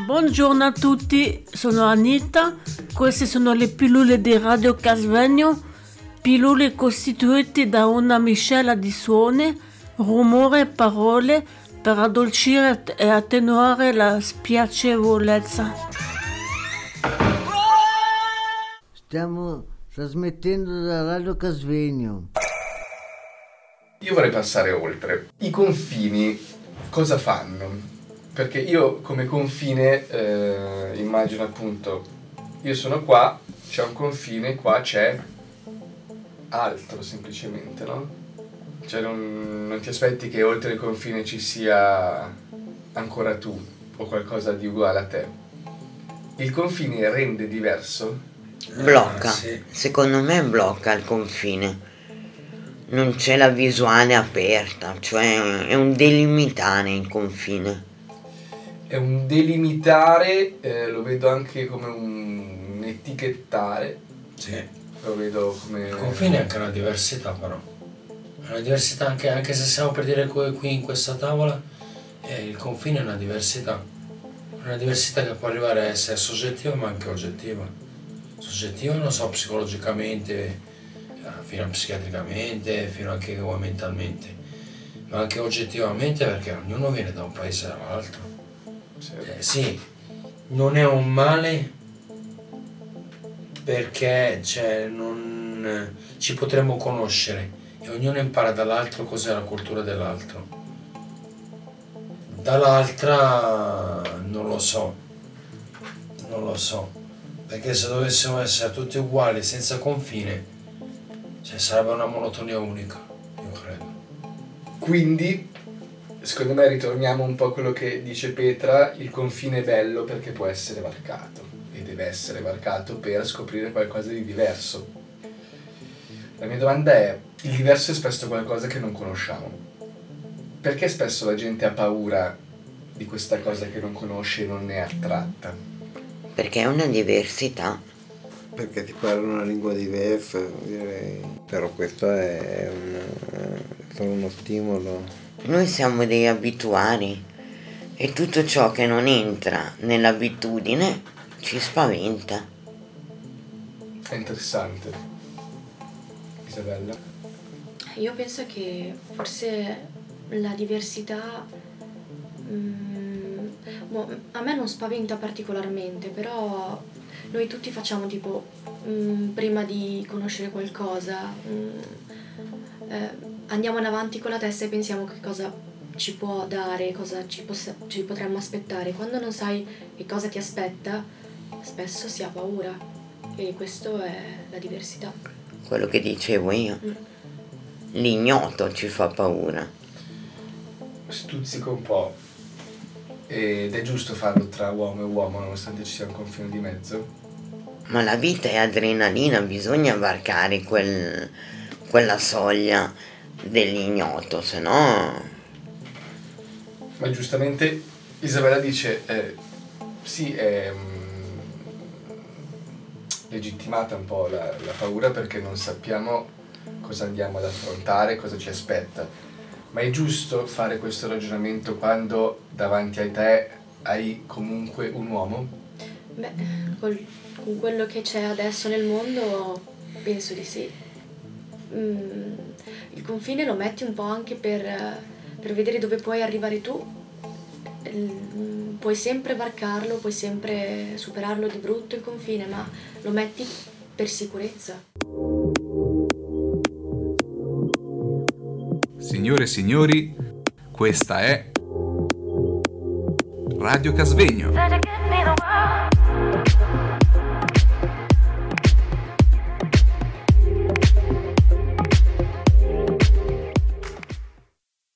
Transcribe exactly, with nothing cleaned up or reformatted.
Buongiorno a tutti, sono Anita, queste sono le pillole di Radio Casvegno, pillole costituite da una miscela di suoni, rumore e parole per addolcire e attenuare la spiacevolezza. Stiamo trasmettendo da Radio Casvegno. Io vorrei passare oltre. I confini cosa fanno? Perché io come confine eh, immagino appunto, io sono qua, c'è un confine, qua c'è altro semplicemente, no? Cioè non, non ti aspetti che oltre il confine ci sia ancora tu o qualcosa di uguale a te. Il confine rende diverso? Blocca, Ah, sì. Secondo me blocca il confine. Non c'è la visuale aperta, cioè è un delimitare il confine. È un delimitare, eh, lo vedo anche come un, un etichettare. Sì. Lo vedo come... Il confine è anche una diversità però. È una diversità anche, anche se stiamo per dire qui qui in questa tavola, eh, il confine è una diversità. Una diversità che può arrivare a essere soggettiva ma anche oggettiva. Soggettiva non so, psicologicamente, eh, fino a psichiatricamente, fino anche mentalmente. Ma anche oggettivamente perché ognuno viene da un paese dall'altro. Eh, sì, non è un male perché cioè, non, ci potremmo conoscere e ognuno impara dall'altro cos'è la cultura dell'altro. Dall'altra non lo so, non lo so, perché se dovessimo essere tutti uguali senza confine, cioè, sarebbe una monotonia unica, io credo. Quindi, secondo me ritorniamo un po' a quello che dice Petra, il confine è bello perché può essere varcato e deve essere varcato per scoprire qualcosa di diverso. La mia domanda è, il diverso è spesso qualcosa che non conosciamo. Perché spesso la gente ha paura di questa cosa che non conosce e non ne è attratta? Perché è una diversità. Perché ti parlano una lingua diversa, direi. Però questo è un, è solo uno stimolo. Noi siamo degli abituari e tutto ciò che non entra nell'abitudine ci spaventa. È interessante. Isabella? Io penso che forse la diversità mm, boh, a me non spaventa particolarmente, però noi tutti facciamo tipo mm, prima di conoscere qualcosa mm, eh, andiamo in avanti con la testa e pensiamo che cosa ci può dare, cosa ci, possa, ci potremmo aspettare. Quando non sai che cosa ti aspetta, spesso si ha paura e questo è la diversità. Quello che dicevo io. Mm. L'ignoto ci fa paura. Stuzzica un po'. Ed è giusto farlo tra uomo e uomo nonostante ci sia un confine di mezzo? Ma la vita è adrenalina, bisogna varcare quel, quella soglia dell'ignoto, se no... Ma giustamente Isabella dice, eh, sì, è mh, legittimata un po' la, la paura perché non sappiamo cosa andiamo ad affrontare, cosa ci aspetta. Ma è giusto fare questo ragionamento quando davanti a te hai comunque un uomo? Beh, col, con quello che c'è adesso nel mondo penso di sì. Mm, il confine lo metti un po' anche per, per vedere dove puoi arrivare tu. Mm, puoi sempre varcarlo, puoi sempre superarlo di brutto il confine, ma lo metti per sicurezza. Signore e signori, questa è Radio Casvegno.